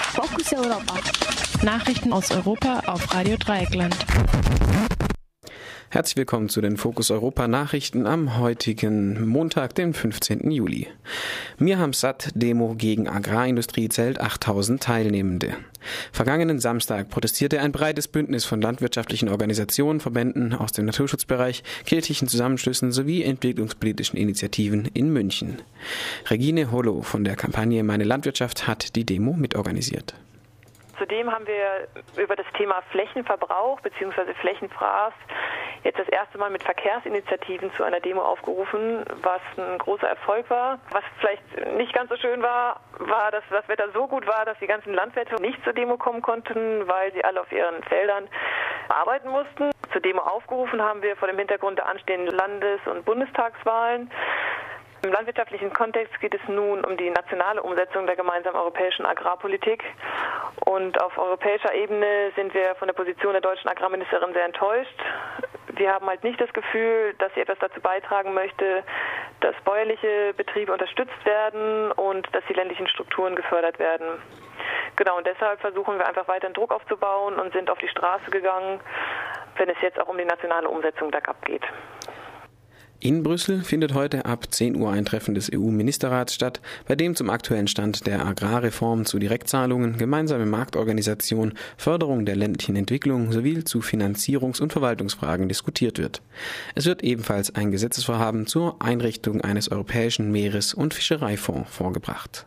Fokus Europa. Nachrichten aus Europa auf Radio Dreieckland. Herzlich willkommen zu den Fokus Europa Nachrichten am heutigen Montag, den 15. Juli. Mir haben satt Demo gegen Agrarindustrie zählt 8000 Teilnehmende. Vergangenen Samstag protestierte ein breites Bündnis von landwirtschaftlichen Organisationen, Verbänden aus dem Naturschutzbereich, kirchlichen Zusammenschlüssen sowie entwicklungspolitischen Initiativen in München. Regine Hollow von der Kampagne Meine Landwirtschaft hat die Demo mitorganisiert. Zudem haben wir über das Thema Flächenverbrauch bzw. Flächenfraß jetzt das erste Mal mit Verkehrsinitiativen zu einer Demo aufgerufen, was ein großer Erfolg war. Was vielleicht nicht ganz so schön war, dass das Wetter so gut war, dass die ganzen Landwirte nicht zur Demo kommen konnten, weil sie alle auf ihren Feldern arbeiten mussten. Zur Demo aufgerufen haben wir vor dem Hintergrund der anstehenden Landes- und Bundestagswahlen. Im landwirtschaftlichen Kontext geht es nun um die nationale Umsetzung der gemeinsamen europäischen Agrarpolitik. Und auf europäischer Ebene sind wir von der Position der deutschen Agrarministerin sehr enttäuscht. Wir haben halt nicht das Gefühl, dass sie etwas dazu beitragen möchte, dass bäuerliche Betriebe unterstützt werden und dass die ländlichen Strukturen gefördert werden. Genau, und deshalb versuchen wir einfach weiter Druck aufzubauen und sind auf die Straße gegangen, wenn es jetzt auch um die nationale Umsetzung der GAP geht. In Brüssel findet heute ab 10 Uhr ein Treffen des EU-Ministerrats statt, bei dem zum aktuellen Stand der Agrarreform zu Direktzahlungen, gemeinsame Marktorganisation, Förderung der ländlichen Entwicklung sowie zu Finanzierungs- und Verwaltungsfragen diskutiert wird. Es wird ebenfalls ein Gesetzesvorhaben zur Einrichtung eines europäischen Meeres- und Fischereifonds vorgebracht.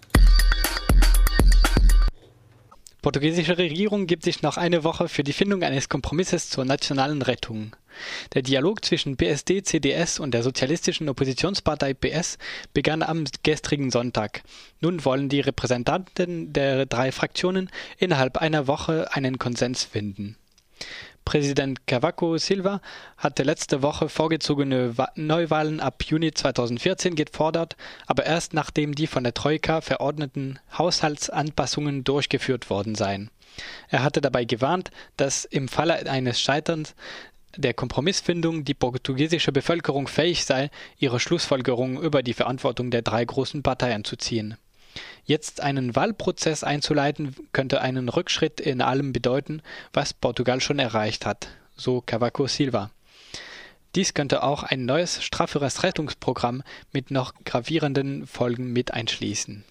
Portugiesische Regierung gibt sich noch eine Woche für die Findung eines Kompromisses zur nationalen Rettung. Der Dialog zwischen PSD, CDS und der sozialistischen Oppositionspartei PS begann am gestrigen Sonntag. Nun wollen die Repräsentanten der drei Fraktionen innerhalb einer Woche einen Konsens finden. Präsident Cavaco Silva hatte letzte Woche vorgezogene Neuwahlen ab Juni 2014 gefordert, aber erst nachdem die von der Troika verordneten Haushaltsanpassungen durchgeführt worden seien. Er hatte dabei gewarnt, dass im Falle eines Scheiterns der Kompromissfindung die portugiesische Bevölkerung fähig sei, ihre Schlussfolgerungen über die Verantwortung der drei großen Parteien zu ziehen. Jetzt einen Wahlprozess einzuleiten, könnte einen Rückschritt in allem bedeuten, was Portugal schon erreicht hat, so Cavaco Silva. Dies könnte auch ein neues, strafferes Rettungsprogramm mit noch gravierenden Folgen mit einschließen.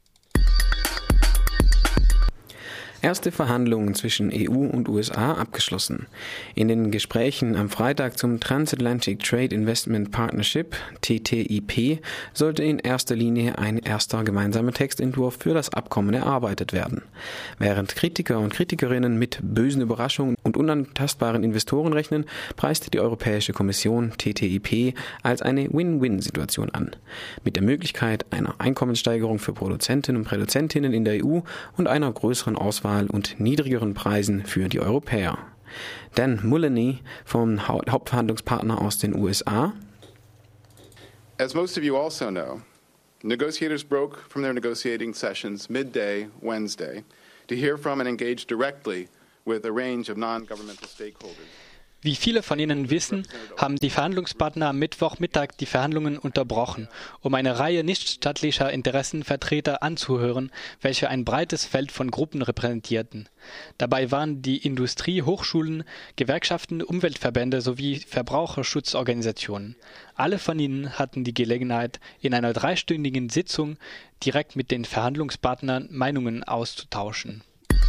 Erste Verhandlungen zwischen EU und USA abgeschlossen. In den Gesprächen am Freitag zum Transatlantic Trade Investment Partnership, TTIP, sollte in erster Linie ein erster gemeinsamer Textentwurf für das Abkommen erarbeitet werden. Während Kritiker und Kritikerinnen mit bösen Überraschungen und unantastbaren Investoren rechnen, preist die Europäische Kommission TTIP als eine Win-Win-Situation an. Mit der Möglichkeit einer Einkommenssteigerung für Produzenten und Produzentinnen in der EU und einer größeren Auswahl und niedrigeren Preisen für die Europäer. Dan Mullany vom Hauptverhandlungspartner aus den USA. As most of you also know, negotiators broke from their negotiating sessions midday Wednesday to hear from and engage directly with a range of non-governmental stakeholders. Wie viele von Ihnen wissen, haben die Verhandlungspartner am Mittwochmittag die Verhandlungen unterbrochen, um eine Reihe nichtstaatlicher Interessenvertreter anzuhören, welche ein breites Feld von Gruppen repräsentierten. Dabei waren die Industrie, Hochschulen, Gewerkschaften, Umweltverbände sowie Verbraucherschutzorganisationen. Alle von ihnen hatten die Gelegenheit, in einer 3-stündigen Sitzung direkt mit den Verhandlungspartnern Meinungen auszutauschen.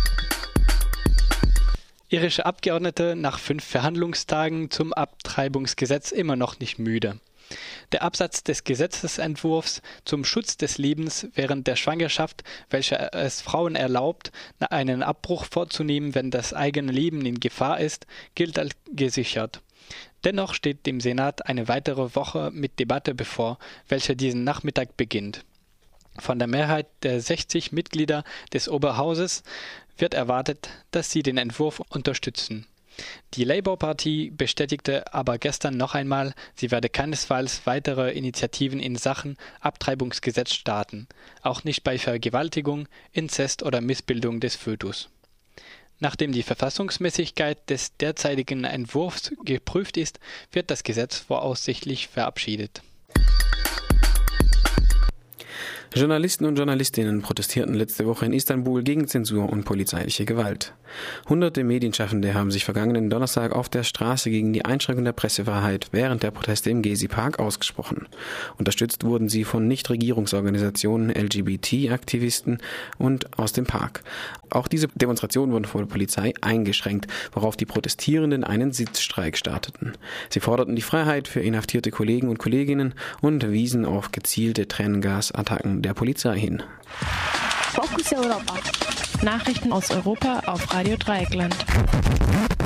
Irische Abgeordnete nach 5 Verhandlungstagen zum Abtreibungsgesetz immer noch nicht müde. Der Absatz des Gesetzesentwurfs zum Schutz des Lebens während der Schwangerschaft, welcher es Frauen erlaubt, einen Abbruch vorzunehmen, wenn das eigene Leben in Gefahr ist, gilt als gesichert. Dennoch steht dem Senat eine weitere Woche mit Debatte bevor, welche diesen Nachmittag beginnt. Von der Mehrheit der 60 Mitglieder des Oberhauses wird erwartet, dass sie den Entwurf unterstützen. Die Labour-Partie bestätigte aber gestern noch einmal, sie werde keinesfalls weitere Initiativen in Sachen Abtreibungsgesetz starten, auch nicht bei Vergewaltigung, Inzest oder Missbildung des Fötus. Nachdem die Verfassungsmäßigkeit des derzeitigen Entwurfs geprüft ist, wird das Gesetz voraussichtlich verabschiedet. Journalisten und Journalistinnen protestierten letzte Woche in Istanbul gegen Zensur und polizeiliche Gewalt. Hunderte Medienschaffende haben sich vergangenen Donnerstag auf der Straße gegen die Einschränkung der Pressefreiheit während der Proteste im Gezi-Park ausgesprochen. Unterstützt wurden sie von Nichtregierungsorganisationen, LGBT-Aktivisten und aus dem Park. Auch diese Demonstrationen wurden von der Polizei eingeschränkt, worauf die Protestierenden einen Sitzstreik starteten. Sie forderten die Freiheit für inhaftierte Kollegen und Kolleginnen und wiesen auf gezielte Tränengasattacken der Polizei hin. Fokus Europa. Nachrichten aus Europa auf Radio Dreieckland.